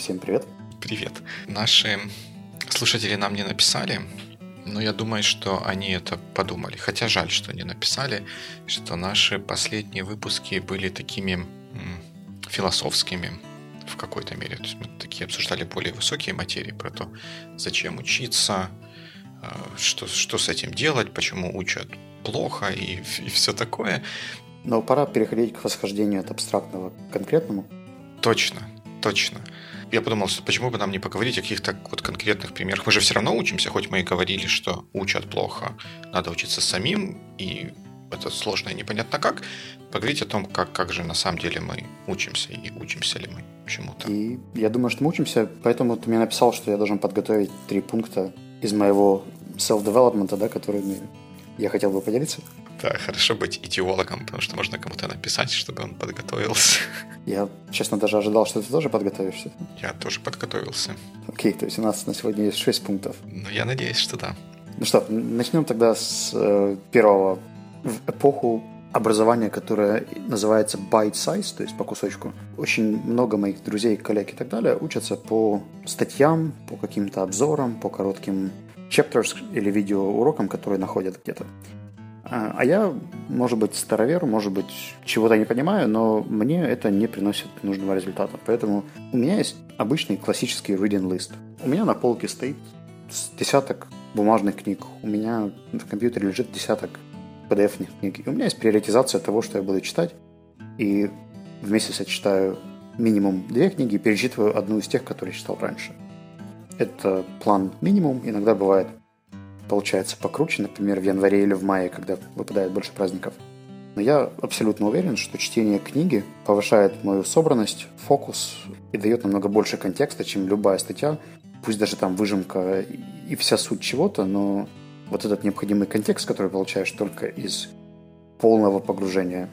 Всем привет. Привет. Наши слушатели нам не написали, но я думаю, что они это подумали. Хотя жаль, что не написали, что наши последние выпуски были такими философскими в какой-то мере. То есть мы такие обсуждали более высокие материи про то, зачем учиться, что с этим делать, почему учат плохо и все такое. Но пора переходить к восхождению от абстрактного к конкретному. Точно. Я подумал, почему бы нам не поговорить о каких-то вот конкретных примерах. Мы же все равно учимся, хоть мы и говорили, что учат плохо, надо учиться самим, и это сложно и непонятно как. Поговорить о том, как же на самом деле мы учимся, и учимся ли мы чему-то. И я думаю, что мы учимся, поэтому ты мне написал, что я должен подготовить 3 пункта из моего self-development, да, которыми я хотел бы поделиться. Да, хорошо быть идеологом, потому что можно кому-то написать, чтобы он подготовился. Я, честно, даже ожидал, что ты тоже подготовишься. Я тоже подготовился. Окей, то есть у нас на сегодня есть 6 пунктов. Ну, я надеюсь, что да. Ну что, начнем тогда с первого. В эпоху образования, которое называется bite size, то есть по кусочку. Очень много моих друзей, коллег и так далее учатся по статьям, по каким-то обзорам, по коротким chapters или видеоурокам, которые находят где-то. А я, может быть, старовер, может быть, чего-то не понимаю, но мне это не приносит нужного результата. Поэтому у меня есть обычный классический reading list. У меня на полке стоит десяток бумажных книг. У меня в компьютере лежит десяток PDF-ных книг. И у меня есть приоритизация того, что я буду читать. И в месяц я читаю минимум 2 книги и перечитываю одну из тех, которые читал раньше. Это план минимум. Иногда бывает получается покруче, например, в январе или в мае, когда выпадает больше праздников. Но я абсолютно уверен, что чтение книги повышает мою собранность, фокус и дает намного больше контекста, чем любая статья, пусть даже там выжимка и вся суть чего-то, но вот этот необходимый контекст, который получаешь только из полного погружения,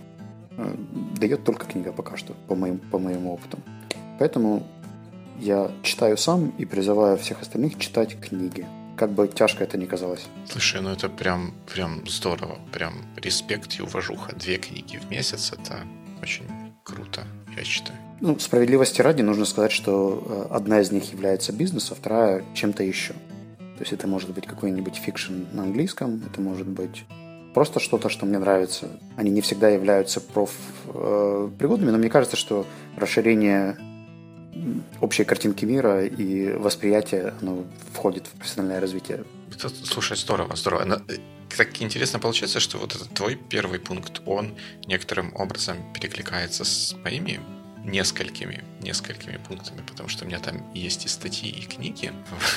дает только книга пока что, по моему опыту. Поэтому я читаю сам и призываю всех остальных читать книги. Как бы тяжко это ни казалось. Слушай, ну это прям здорово. Прям респект и уважуха. 2 книги в месяц — это очень круто, я считаю. Ну, справедливости ради нужно сказать, что одна из них является бизнесом, а вторая чем-то еще. То есть это может быть какой-нибудь фикшн на английском, это может быть просто что-то, что мне нравится. Они не всегда являются профпригодными, но мне кажется, что расширение общей картинки мира и восприятие, оно входит в профессиональное развитие. Это, слушай, здорово. Так интересно получается, что вот этот твой первый пункт, он некоторым образом перекликается с моими несколькими пунктами, потому что у меня там есть и статьи, и книги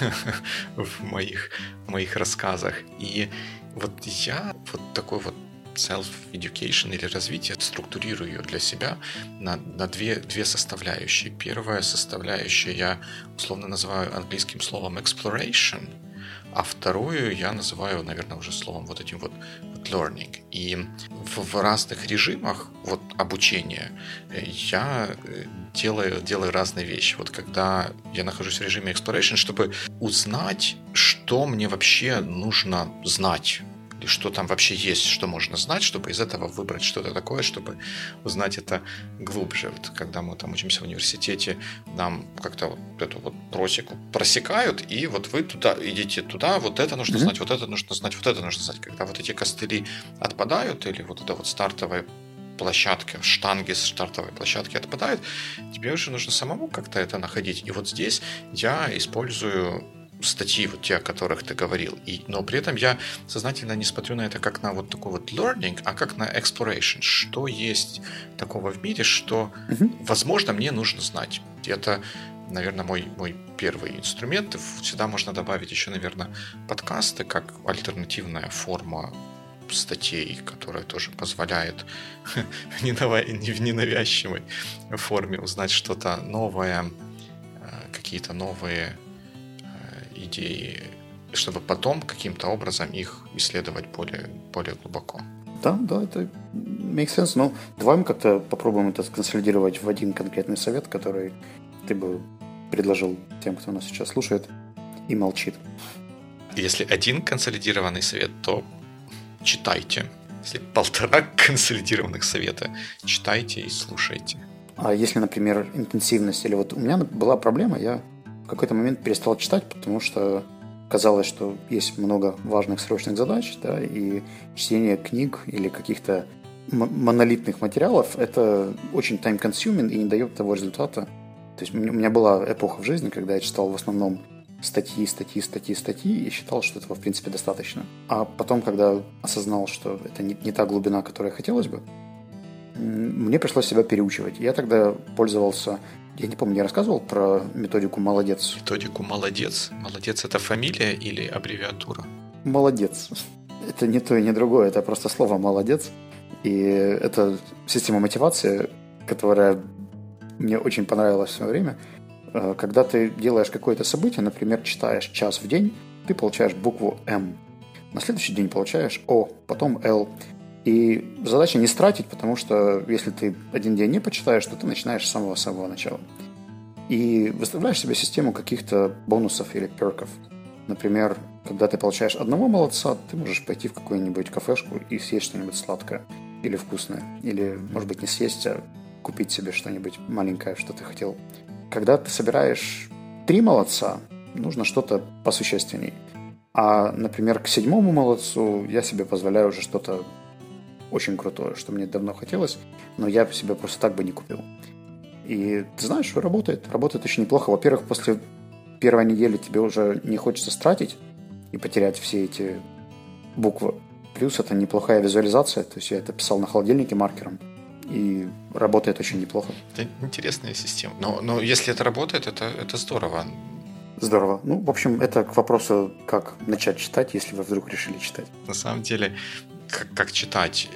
в моих рассказах. И вот я вот такой вот self-education или развитие структурирую ее для себя на две составляющие. Первая составляющая я условно называю английским словом exploration, а вторую я называю, наверное, уже словом вот этим вот learning. И в разных режимах вот обучения я делаю разные вещи. Вот когда я нахожусь в режиме exploration, чтобы узнать, что мне вообще нужно знать, и что там вообще есть, что можно знать, чтобы из этого выбрать что-то такое, чтобы узнать это глубже. Вот когда мы там учимся в университете, нам как-то вот эту вот просеку просекают, и вот вы туда идите туда, вот это нужно знать, вот это нужно знать, вот это нужно знать. Когда вот эти костыли отпадают, или вот эта вот стартовая площадка, штанги с стартовой площадки отпадают, тебе уже нужно самому как-то это находить. И вот здесь я использую статьи, вот те, о которых ты говорил. Но при этом я сознательно не смотрю на это как на вот такой вот learning, а как на exploration. Что есть такого в мире, что, возможно, мне нужно знать. Это, наверное, мой первый инструмент. Сюда можно добавить еще, наверное, подкасты, как альтернативная форма статей, которая тоже позволяет в ненавязчивой форме узнать что-то новое, какие-то новые идеи, чтобы потом каким-то образом их исследовать более глубоко. Да, это makes sense. Но давай мы как-то попробуем это сконсолидировать в один конкретный совет, который ты бы предложил тем, кто нас сейчас слушает и молчит. Если один консолидированный совет, то читайте. Если 1,5 консолидированных совета, читайте и слушайте. А если, например, интенсивность, или вот у меня была проблема, я в какой-то момент перестал читать, потому что казалось, что есть много важных срочных задач, да, и чтение книг или каких-то монолитных материалов – это очень time-consuming и не дает того результата. То есть у меня была эпоха в жизни, когда я читал в основном статьи и считал, что этого, в принципе, достаточно. А потом, когда осознал, что это не та глубина, которой хотелось бы, мне пришлось себя переучивать. Я тогда пользовался... Я не помню, я рассказывал про методику «Молодец». Методику «Молодец»? «Молодец» — это фамилия или аббревиатура? «Молодец». Это не то и не другое, это просто слово «молодец». И это система мотивации, которая мне очень понравилась в свое время. Когда ты делаешь какое-то событие, например, читаешь час в день, ты получаешь букву «М». На следующий день получаешь «О», потом «Л». И задача не стратить, потому что если ты один день не почитаешь, то ты начинаешь с самого-самого начала. И выставляешь себе систему каких-то бонусов или перков. Например, когда ты получаешь одного молодца, ты можешь пойти в какую-нибудь кафешку и съесть что-нибудь сладкое или вкусное. Или, может быть, не съесть, а купить себе что-нибудь маленькое, что ты хотел. Когда ты собираешь 3 молодца, нужно что-то посущественней. А, например, к 7-му молодцу я себе позволяю уже что-то очень крутое, что мне давно хотелось, но я себе просто так бы не купил. И ты знаешь, что работает. Работает очень неплохо. Во-первых, после первой недели тебе уже не хочется стратить и потерять все эти буквы. Плюс это неплохая визуализация. То есть я это писал на холодильнике маркером. И работает очень неплохо. Это интересная система. Но если это работает, это здорово. Здорово. Ну, в общем, это к вопросу, как начать читать, если вы вдруг решили читать. На самом деле, как читать?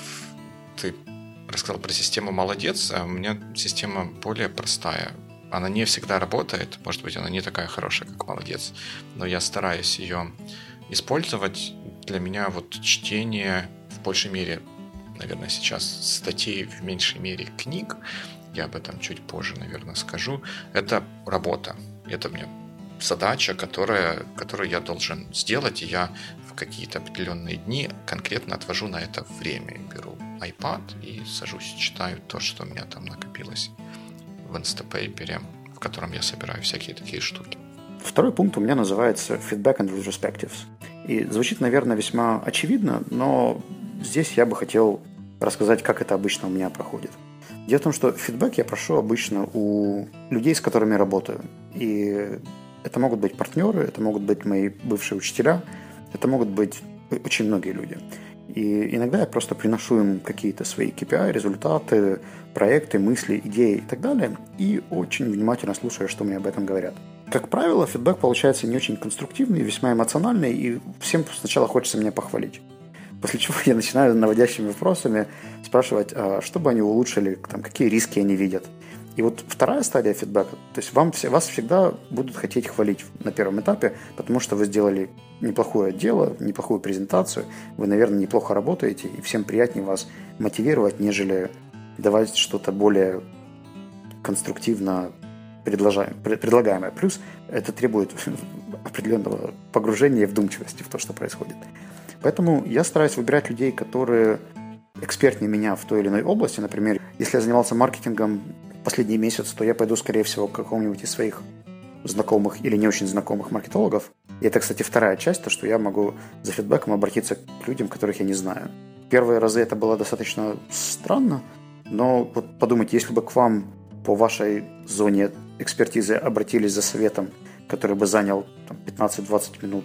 Ты рассказал про систему «Молодец», а у меня система более простая. Она не всегда работает, может быть, она не такая хорошая, как «Молодец», но я стараюсь ее использовать. Для меня вот чтение в большей мере, наверное, сейчас статей, в меньшей мере книг, я об этом чуть позже, наверное, скажу, это работа. Это мне задача, которую я должен сделать, и я в какие-то определенные дни конкретно отвожу на это время. Беру iPad и сажусь, читаю то, что у меня там накопилось в Instapaper, в котором я собираю всякие такие штуки. Второй пункт у меня называется Feedback and Retrospectives. И звучит, наверное, весьма очевидно, но здесь я бы хотел рассказать, как это обычно у меня проходит. Дело в том, что фидбэк я прошу обычно у людей, с которыми работаю. И это могут быть партнеры, это могут быть мои бывшие учителя, это могут быть очень многие люди. И иногда я просто приношу им какие-то свои KPI, результаты, проекты, мысли, идеи и так далее, и очень внимательно слушаю, что мне об этом говорят. Как правило, фидбэк получается не очень конструктивный, весьма эмоциональный, и всем сначала хочется меня похвалить. После чего я начинаю наводящими вопросами спрашивать, что бы они улучшили, там, какие риски они видят. И вот вторая стадия фидбэка, то есть вас всегда будут хотеть хвалить на первом этапе, потому что вы сделали неплохое дело, неплохую презентацию, вы, наверное, неплохо работаете, и всем приятнее вас мотивировать, нежели давать что-то более конструктивно предлагаемое. Плюс это требует определенного погружения и вдумчивости в то, что происходит. Поэтому я стараюсь выбирать людей, которые экспертнее меня в той или иной области. Например, если я занимался маркетингом последний месяц, то я пойду, скорее всего, к какому-нибудь из своих знакомых или не очень знакомых маркетологов. И это, кстати, вторая часть, то, что я могу за фидбэком обратиться к людям, которых я не знаю. Первые разы это было достаточно странно, но вот подумайте, если бы к вам по вашей зоне экспертизы обратились за советом, который бы занял 15-20 минут,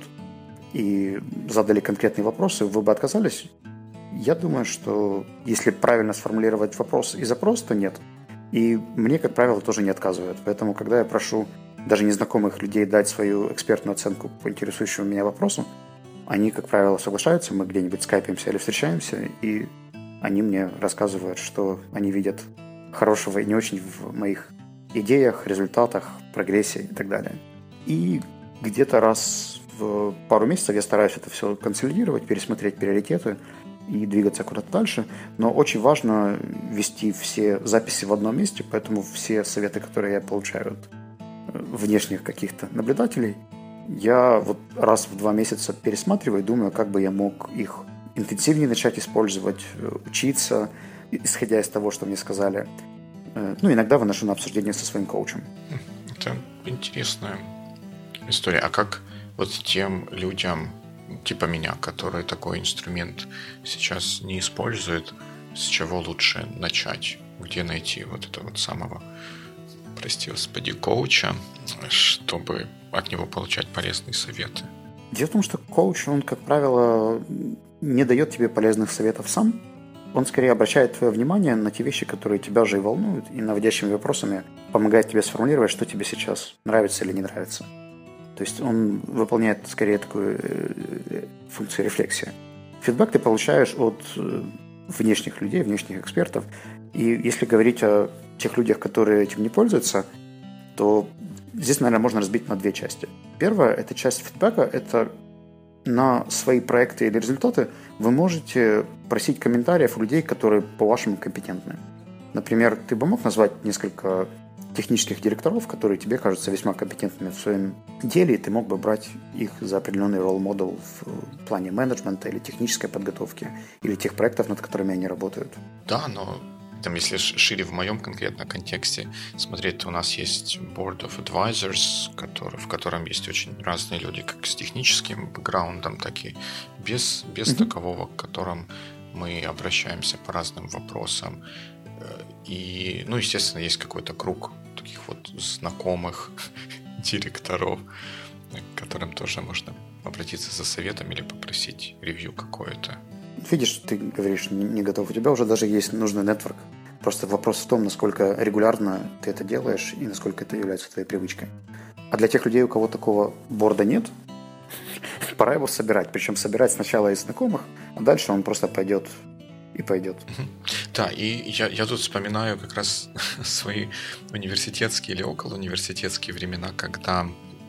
и задали конкретные вопросы, вы бы отказались? Я думаю, что если правильно сформулировать вопрос и запрос, то нет. И мне, как правило, тоже не отказывают. Поэтому, когда я прошу даже незнакомых людей дать свою экспертную оценку по интересующему меня вопросу, они, как правило, соглашаются, мы где-нибудь скайпимся или встречаемся, и они мне рассказывают, что они видят хорошего и не очень в моих идеях, результатах, прогрессе и так далее. И где-то раз в пару месяцев я стараюсь это все консолидировать, пересмотреть приоритеты и двигаться куда-то дальше. Но очень важно вести все записи в одном месте, поэтому все советы, которые я получаю от внешних каких-то наблюдателей, я вот раз в 2 месяца пересматриваю и думаю, как бы я мог их интенсивнее начать использовать, учиться, исходя из того, что мне сказали. Ну, иногда выношу на обсуждение со своим коучем. Это интересная история. А как вот тем людям, типа меня, которые такой инструмент сейчас не используют, с чего лучше начать? Где найти вот этого самого, прости господи, коуча, чтобы от него получать полезные советы? Дело в том, что коуч, он, как правило, не дает тебе полезных советов сам. Он скорее обращает твое внимание на те вещи, которые тебя же и волнуют, и наводящими вопросами помогает тебе сформулировать, что тебе сейчас нравится или не нравится. То есть он выполняет скорее такую функцию рефлексии. Фидбэк ты получаешь от внешних людей, внешних экспертов. И если говорить о тех людях, которые этим не пользуются, то здесь, наверное, можно разбить на две части. Первая – это часть фидбэка, это на свои проекты или результаты вы можете просить комментариев у людей, которые по-вашему компетентны. Например, ты бы мог назвать несколько технических директоров, которые тебе кажутся весьма компетентными в своем деле, и ты мог бы брать их за определенный ролл-модел в плане менеджмента или технической подготовки, или тех проектов, над которыми они работают. Да, но там, если шире в моем конкретном контексте смотреть, то у нас есть Board of Advisors, в котором есть очень разные люди, как с техническим бэкграундом, так и без такового, к которым мы обращаемся по разным вопросам. И, ну, естественно, есть какой-то круг таких вот знакомых директоров, к которым тоже можно обратиться за советом или попросить ревью какое-то. Видишь, ты говоришь, не готов. У тебя уже даже есть нужный нетворк. Просто вопрос в том, насколько регулярно ты это делаешь и насколько это является твоей привычкой. А для тех людей, у кого такого борда нет, пора его собирать. Причем собирать сначала из знакомых, а дальше он просто пойдет и пойдет. Да, и я тут вспоминаю как раз свои университетские или околоуниверситетские времена, когда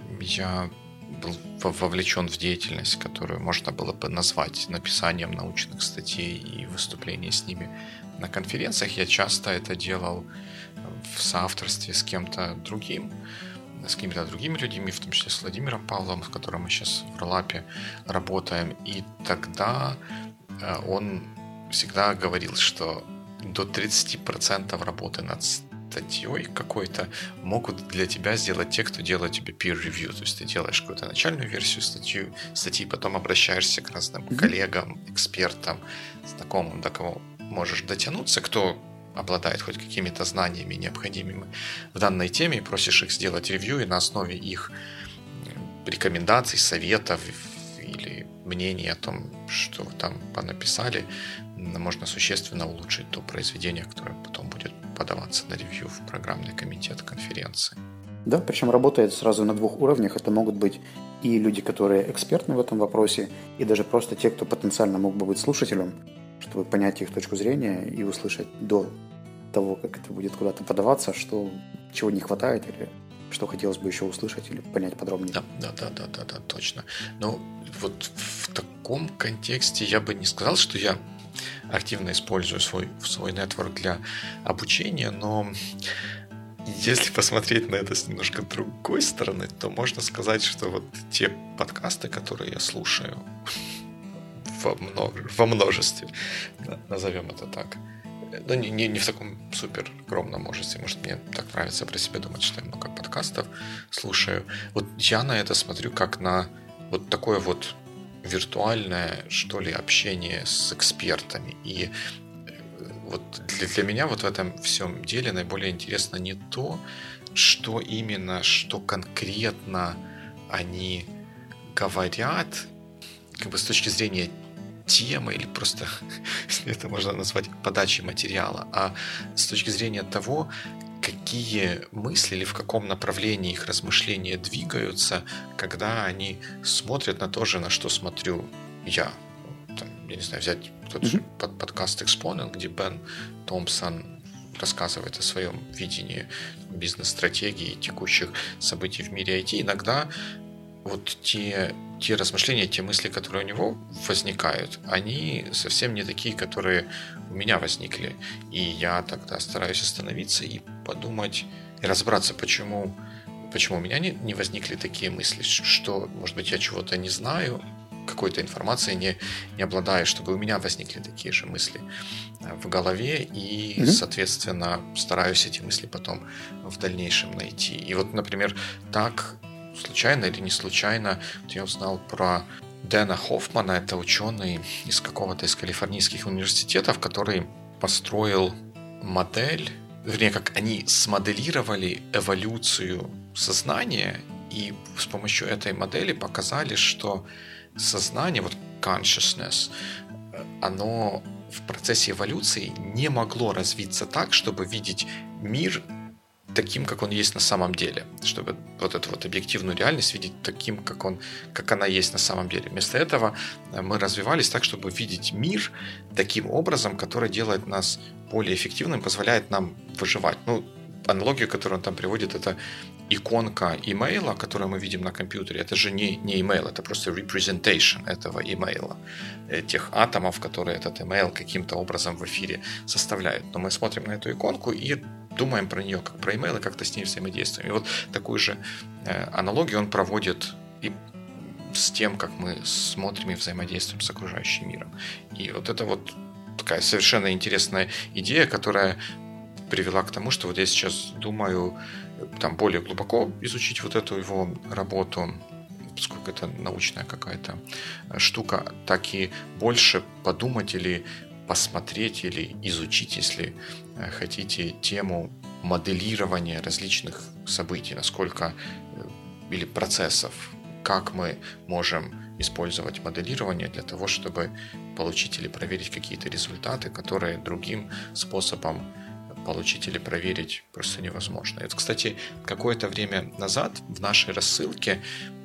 я был вовлечен в деятельность, которую можно было бы назвать написанием научных статей и выступлением с ними на конференциях. Я часто это делал в соавторстве с кем-то другим, с какими-то другими людьми, в том числе с Владимиром Павловым, с которым мы сейчас в Ролапе работаем. И тогда он всегда говорил, что до 30% работы над статьей какой-то могут для тебя сделать те, кто делает тебе peer review. То есть ты делаешь какую-то начальную версию статьи, потом обращаешься к разным коллегам, экспертам, знакомым, до кого можешь дотянуться, кто обладает хоть какими-то знаниями необходимыми в данной теме, и просишь их сделать ревью, и на основе их рекомендаций, советов или мнений о том, что вы там понаписали, можно существенно улучшить то произведение, которое потом будет подаваться на ревью в программный комитет конференции. Да, причем работает сразу на двух уровнях. Это могут быть и люди, которые экспертны в этом вопросе, и даже просто те, кто потенциально мог бы быть слушателем, чтобы понять их точку зрения и услышать до того, как это будет куда-то подаваться, чего не хватает или что хотелось бы еще услышать или понять подробнее. Да, точно. Но вот в таком контексте я бы не сказал, что я активно использую свой нетворк для обучения, но если посмотреть на это с немножко другой стороны, то можно сказать, что вот те подкасты, которые я слушаю во множестве, назовем это так, но не в таком супер огромном множестве. Может, мне так нравится про себя думать, что я много подкастов слушаю. Вот я на это смотрю как на вот такое вот виртуальное, что ли, общение с экспертами. И вот для меня вот в этом всем деле наиболее интересно не то, что именно, что конкретно они говорят, как бы с точки зрения темы или просто, если это можно назвать подачей материала, а с точки зрения того, какие мысли или в каком направлении их размышления двигаются, когда они смотрят на то же, на что смотрю я. Там, я не знаю, взять тот же подкаст Exponent, где Бен Томпсон рассказывает о своем видении бизнес-стратегии и текущих событий в мире IT. Иногда вот те размышления, те мысли, которые у него возникают, они совсем не такие, которые у меня возникли. И я тогда стараюсь остановиться и подумать, и разобраться, почему у меня не возникли такие мысли, что, может быть, я чего-то не знаю, какой-то информацией не обладаю, чтобы у меня возникли такие же мысли в голове, и, соответственно, стараюсь эти мысли потом в дальнейшем найти. И вот, например, так, случайно или не случайно, я узнал про Дэна Хоффмана, это ученый из какого-то из калифорнийских университетов, который построил модель, вернее, как они смоделировали эволюцию сознания, и с помощью этой модели показали, что сознание, вот consciousness, оно в процессе эволюции не могло развиться так, чтобы видеть мир таким, как он есть на самом деле, чтобы вот эту вот объективную реальность видеть таким, как она есть на самом деле. Вместо этого мы развивались так, чтобы видеть мир таким образом, который делает нас более эффективным, позволяет нам выживать. Аналогию, которую он там приводит, это иконка имейла, которую мы видим на компьютере. Это же не имейл, это просто representation этого имейла, тех атомов, которые этот имейл каким-то образом в эфире составляют. Но мы смотрим на эту иконку и думаем про нее как про имейл и как-то с ней взаимодействуем. И вот такую же аналогию он проводит и с тем, как мы смотрим и взаимодействуем с окружающим миром. И вот это вот такая совершенно интересная идея, которая привела к тому, что вот я сейчас думаю там более глубоко изучить вот эту его работу, поскольку это научная какая-то штука, так и больше подумать или посмотреть или изучить, если хотите, тему моделирования различных событий, насколько или процессов, как мы можем использовать моделирование для того, чтобы получить или проверить какие-то результаты, которые другим способом получить или проверить просто невозможно. Это, кстати, какое-то время назад в нашей рассылке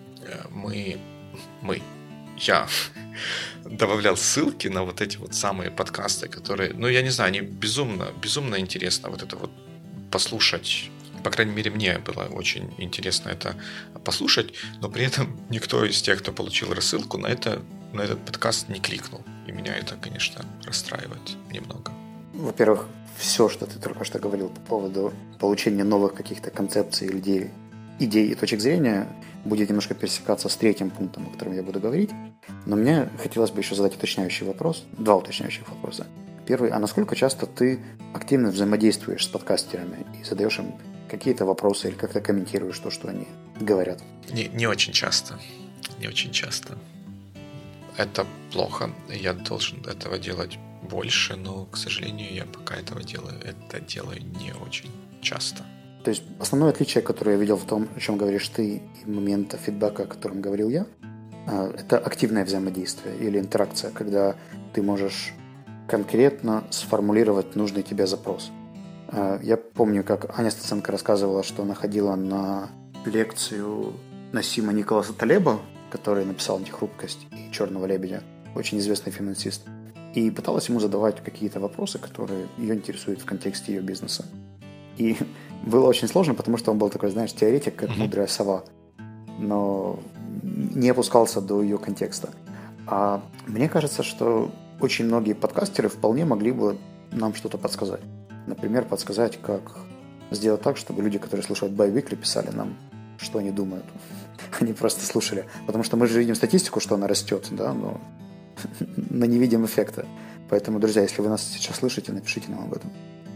я добавлял ссылки на вот эти вот самые подкасты, которые, я не знаю, они безумно интересно вот это вот послушать. По крайней мере, мне было очень интересно это послушать, но при этом никто из тех, кто получил рассылку, на этот подкаст не кликнул. И меня это, конечно, расстраивает немного. Во-первых, все, что ты только что говорил по поводу получения новых каких-то концепций или идей и точек зрения, будет немножко пересекаться с третьим пунктом, о котором я буду говорить. Но мне хотелось бы еще задать уточняющий вопрос, два уточняющих вопроса. Первый, а насколько часто ты активно взаимодействуешь с подкастерами и задаешь им какие-то вопросы или как-то комментируешь то, что они говорят? Не очень часто. Не очень часто. Это плохо. Я должен этого делать больше, но, к сожалению, я пока это делаю не очень часто. То есть основное отличие, которое я видел в том, о чем говоришь ты, и момента фидбэка, о котором говорил я, это активное взаимодействие или интеракция, когда ты можешь конкретно сформулировать нужный тебе запрос. Я помню, как Аня Стеценко рассказывала, что она ходила на лекцию Насима Николаса Талеба, который написал «Антихрупкость» и «Черного лебедя», очень известный финансист, и пыталась ему задавать какие-то вопросы, которые ее интересуют в контексте ее бизнеса. И было очень сложно, потому что он был такой, знаешь, теоретик, как мудрая сова, но не опускался до ее контекста. А мне кажется, что очень многие подкастеры вполне могли бы нам что-то подсказать. Например, подсказать, как сделать так, чтобы люди, которые слушают Bi-Weekly, писали нам, что они думают. Они просто слушали. Потому что мы же видим статистику, что она растет, да, но не видим эффекта. Поэтому, друзья, если вы нас сейчас слышите, напишите нам об этом.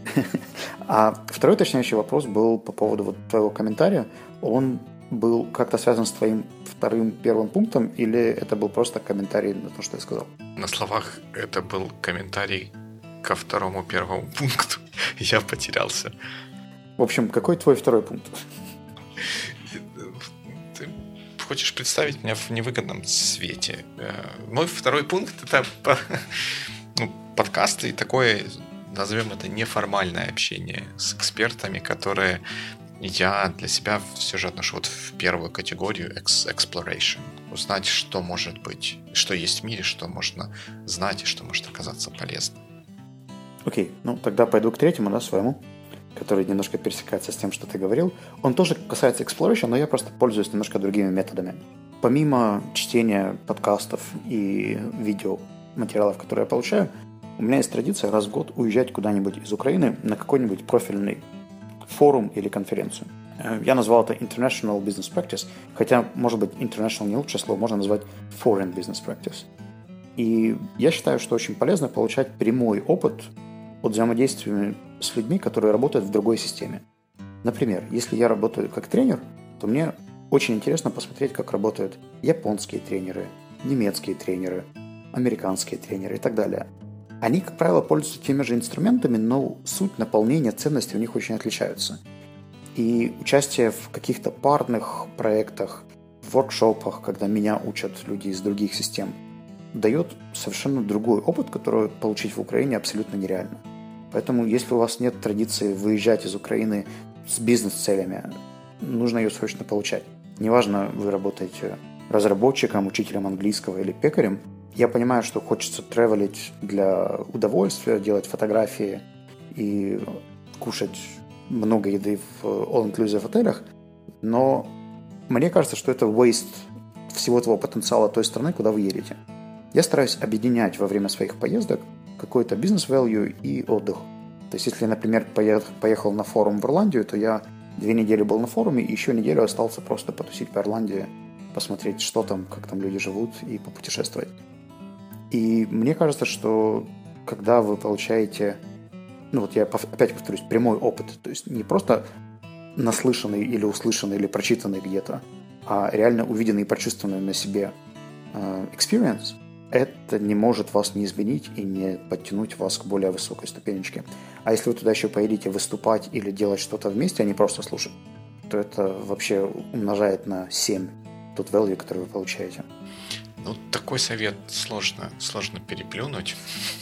А второй уточняющий вопрос был по поводу вот твоего комментария. Он был как-то связан с твоим первым пунктом, или это был просто комментарий на то, что я сказал? На словах это был комментарий ко первому пункту. Я потерялся. В общем, какой твой второй пункт? Ты хочешь представить меня в невыгодном свете. Мой второй пункт — это подкасты и такое, назовем это, неформальное общение с экспертами, которые я для себя все же отношу вот в первую категорию exploration. Узнать, что может быть, что есть в мире, что можно знать и что может оказаться полезным. Окей, тогда пойду к третьему, да, своему, который немножко пересекается с тем, что ты говорил. Он тоже касается exploration, но я просто пользуюсь немножко другими методами. Помимо чтения подкастов и видеоматериалов, которые я получаю, у меня есть традиция раз в год уезжать куда-нибудь из Украины на какой-нибудь профильный форум или конференцию. Я назвал это International Business Practice, хотя, может быть, International не лучшее слово, можно назвать Foreign Business Practice. И я считаю, что очень полезно получать прямой опыт от взаимодействия с людьми, которые работают в другой системе. Например, если я работаю как тренер, то мне очень интересно посмотреть, как работают японские тренеры, немецкие тренеры, американские тренеры и так далее. Они, как правило, пользуются теми же инструментами, но суть наполнения ценностей у них очень отличаются. И участие в каких-то парных проектах, в воркшопах, когда меня учат люди из других систем, дает совершенно другой опыт, который получить в Украине абсолютно нереально. Поэтому, если у вас нет традиции выезжать из Украины с бизнес-целями, нужно ее срочно получать. Неважно, вы работаете разработчиком, учителем английского или пекарем. Я понимаю, что хочется тревелить для удовольствия, делать фотографии и кушать много еды в all-inclusive отелях, но мне кажется, что это waste всего того потенциала той страны, куда вы едете. Я стараюсь объединять во время своих поездок какой-то бизнес-value и отдых. То есть, если я, например, поехал на форум в Ирландию, то я 2 недели был на форуме и еще неделю остался просто потусить по Ирландии, посмотреть, что там, как там люди живут и попутешествовать. И мне кажется, что когда вы получаете, я опять повторюсь, прямой опыт, то есть не просто наслышанный или услышанный или прочитанный где-то, а реально увиденный и прочувствованный на себе experience, это не может вас не изменить и не подтянуть вас к более высокой ступенечке. А если вы туда еще поедете выступать или делать что-то вместе, а не просто слушать, то это вообще умножает на 7 тот value, который вы получаете. Такой совет сложно переплюнуть.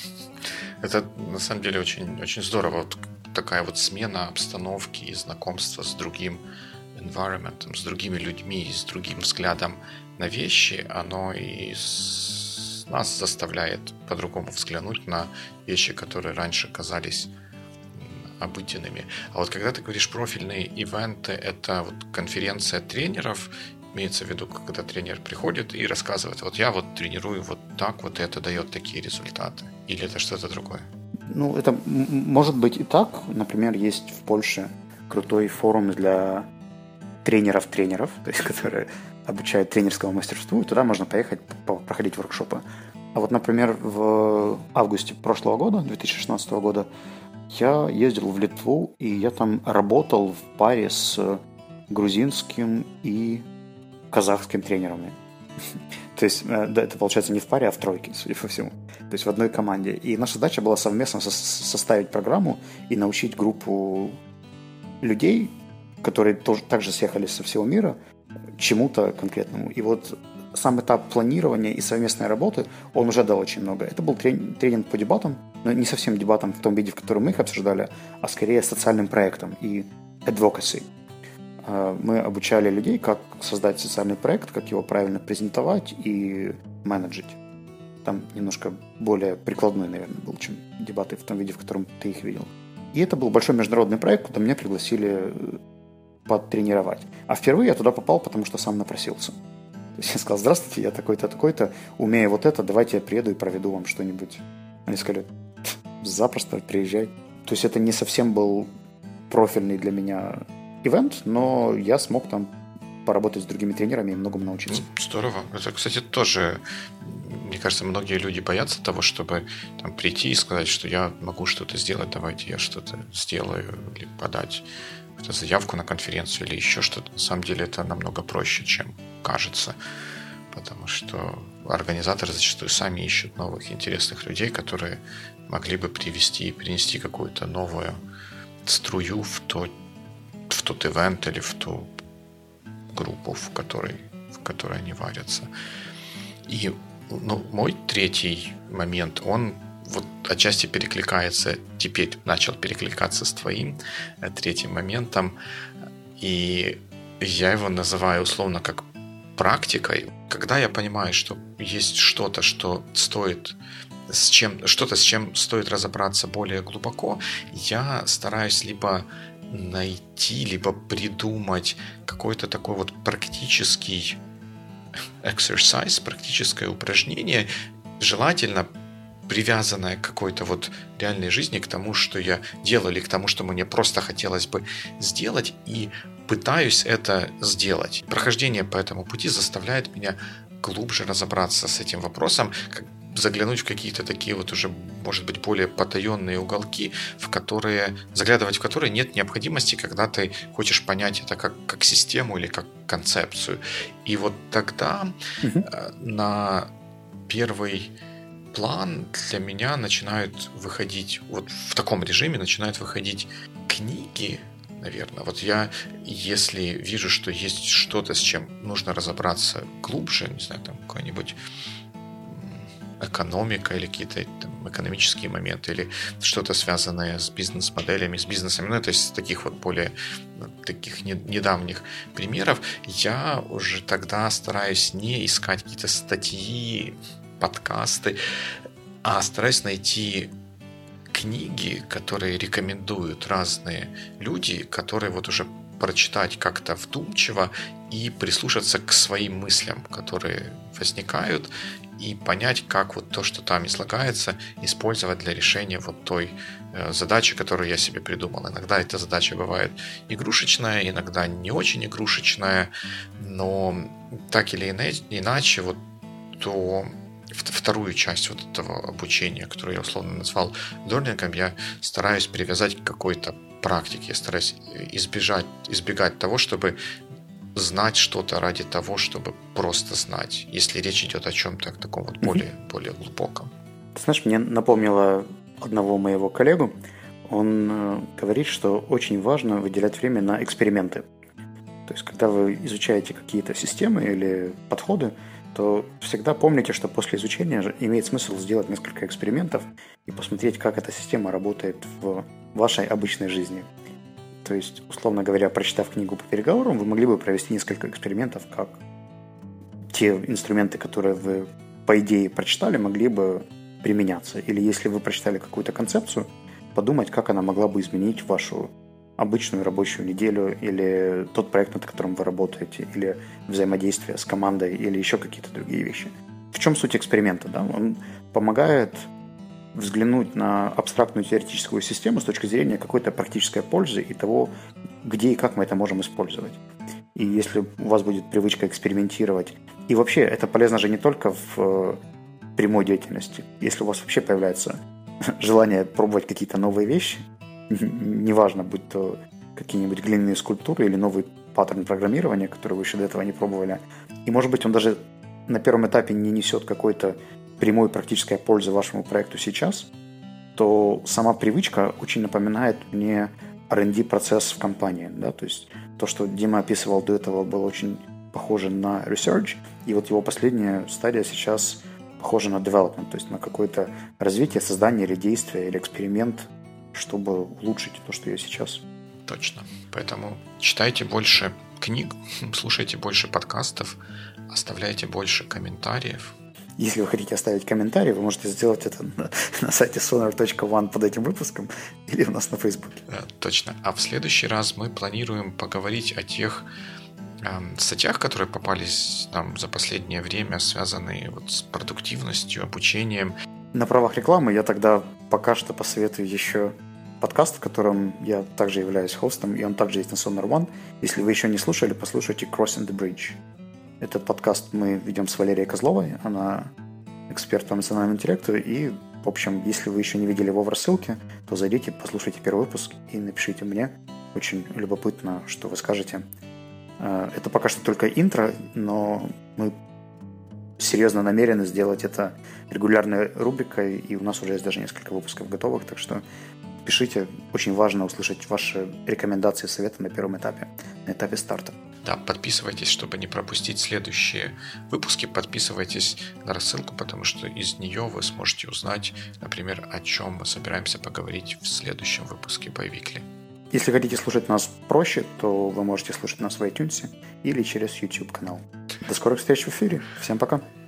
Это, на самом деле, очень, очень здорово. Вот такая вот смена обстановки и знакомства с другим environment, с другими людьми, с другим взглядом на вещи, оно и нас заставляет по-другому взглянуть на вещи, которые раньше казались обыденными. А вот когда ты говоришь профильные ивенты, это вот конференция тренеров, имеется в виду, когда тренер приходит и рассказывает, вот я вот тренирую вот так, вот это дает такие результаты. Или это что-то другое? Это может быть и так. Например, есть в Польше крутой форум для тренеров, то есть которые обучают тренерскому мастерству, и туда можно поехать проходить воркшопы. А вот, например, в августе прошлого года, 2016 года, я ездил в Литву, и я там работал в паре с грузинским и казахским тренерами. То есть, это получается не в паре, а в тройке, судя по всему. То есть в одной команде. И наша задача была совместно составить программу и научить группу людей, которые тоже также съехались со всего мира, чему-то конкретному. И вот сам этап планирования и совместной работы, он уже дал очень много. Это был тренинг по дебатам, но не совсем дебатам в том виде, в котором мы их обсуждали, а скорее социальным проектам и advocacy. Мы обучали людей, как создать социальный проект, как его правильно презентовать и менеджить. Там немножко более прикладной, наверное, был, чем дебаты в том виде, в котором ты их видел. И это был большой международный проект, куда меня пригласили подтренировать. А впервые я туда попал, потому что сам напросился. То есть я сказал: здравствуйте, я такой-то, такой-то, умею вот это, давайте я приеду и проведу вам что-нибудь. Они сказали: запросто, приезжай. То есть это не совсем был профильный для меня ивент, но я смог там поработать с другими тренерами и многому научиться. Здорово. Это, кстати, тоже, мне кажется, многие люди боятся того, чтобы там прийти и сказать, что я могу что-то сделать, давайте я что-то сделаю, или подать какую-то заявку на конференцию или еще что-то. На самом деле это намного проще, чем кажется, потому что организаторы зачастую сами ищут новых интересных людей, которые могли бы принести какую-то новую струю в тот ивент или в ту группу, в которой они варятся. И мой третий момент, он вот отчасти теперь начал перекликаться с твоим третьим моментом, и я его называю условно как практикой. Когда я понимаю, что есть что-то, с чем стоит разобраться более глубоко, я стараюсь либо найти, либо придумать какой-то такой вот практический exercise, практическое упражнение, желательно привязанное к какой-то вот реальной жизни, к тому, что я делаю, или к тому, что мне просто хотелось бы сделать, и пытаюсь это сделать. Прохождение по этому пути заставляет меня глубже разобраться с этим вопросом, заглянуть в какие-то такие вот уже, может быть, более потаенные уголки, заглядывать в которые нет необходимости, когда ты хочешь понять это как систему или как концепцию. И вот тогда на первый план для меня начинают выходить, вот в таком режиме начинают выходить книги, наверное. Вот я, если вижу, что есть что-то, с чем нужно разобраться глубже, не знаю, там какой-нибудь экономика или какие-то там экономические моменты, или что-то связанное с бизнес-моделями, с бизнесами, ну, то есть таких вот более таких недавних примеров, я уже тогда стараюсь не искать какие-то статьи, подкасты, а стараюсь найти книги, которые рекомендуют разные люди, которые вот уже прочитать как-то вдумчиво и прислушаться к своим мыслям, которые возникают, и понять, как вот то, что там излагается, использовать для решения вот той задачи, которую я себе придумал. Иногда эта задача бывает игрушечная, иногда не очень игрушечная, но так или иначе, вот то вторую часть вот этого обучения, которую я условно назвал лернингом, я стараюсь привязать к какой-то практике, я стараюсь избегать того, чтобы знать что-то ради того, чтобы просто знать, если речь идет о чем-то таком вот более глубоком. Ты знаешь, мне напомнило одного моего коллегу. Он говорит, что очень важно выделять время на эксперименты. То есть, когда вы изучаете какие-то системы или подходы, то всегда помните, что после изучения имеет смысл сделать несколько экспериментов и посмотреть, как эта система работает в вашей обычной жизни. То есть, условно говоря, прочитав книгу по переговорам, вы могли бы провести несколько экспериментов, как те инструменты, которые вы, по идее, прочитали, могли бы применяться. Или если вы прочитали какую-то концепцию, подумать, как она могла бы изменить вашу обычную рабочую неделю или тот проект, над которым вы работаете, или взаимодействие с командой, или еще какие-то другие вещи. В чем суть эксперимента? Да? Он помогает взглянуть на абстрактную теоретическую систему с точки зрения какой-то практической пользы и того, где и как мы это можем использовать. И если у вас будет привычка экспериментировать, и вообще это полезно же не только в прямой деятельности, если у вас вообще появляется желание пробовать какие-то новые вещи, неважно, будь то какие-нибудь глиняные скульптуры или новый паттерн программирования, который вы еще до этого не пробовали, и может быть он даже на первом этапе не несет какой-то прямой практической пользы вашему проекту сейчас, то сама привычка очень напоминает мне R&D процесс в компании. Да? То есть то, что Дима описывал до этого, было очень похоже на research, и вот его последняя стадия сейчас похожа на development, то есть на какое-то развитие, создание или действие, или эксперимент, чтобы улучшить то, что есть сейчас. Точно. Поэтому читайте больше книг, слушайте больше подкастов, оставляйте больше комментариев. Если вы хотите оставить комментарий, вы можете сделать это на сайте sonar.one под этим выпуском или у нас на Фейсбуке. Точно. А в следующий раз мы планируем поговорить о тех статьях, которые попались нам за последнее время, связанные вот с продуктивностью, обучением. На правах рекламы я тогда пока что посоветую еще подкаст, в котором я также являюсь хостом, и он также есть на Sonar One. Если вы еще не слушали, послушайте Crossing the Bridge. Этот подкаст мы ведем с Валерией Козловой, она эксперт по эмоциональному интеллекту, и, в общем, если вы еще не видели его в рассылке, то зайдите, послушайте первый выпуск и напишите мне. Очень любопытно, что вы скажете. Это пока что только интро, но мы серьезно намерены сделать это регулярной рубрикой, и у нас уже есть даже несколько выпусков готовых, так что пишите. Очень важно услышать ваши рекомендации, советы на первом этапе, на этапе старта. Да, подписывайтесь, чтобы не пропустить следующие выпуски. Подписывайтесь на рассылку, потому что из нее вы сможете узнать, например, о чем мы собираемся поговорить в следующем выпуске Bi-Weekly. Если хотите слушать нас проще, то вы можете слушать нас в iTunes или через YouTube канал. До скорых встреч в эфире. Всем пока.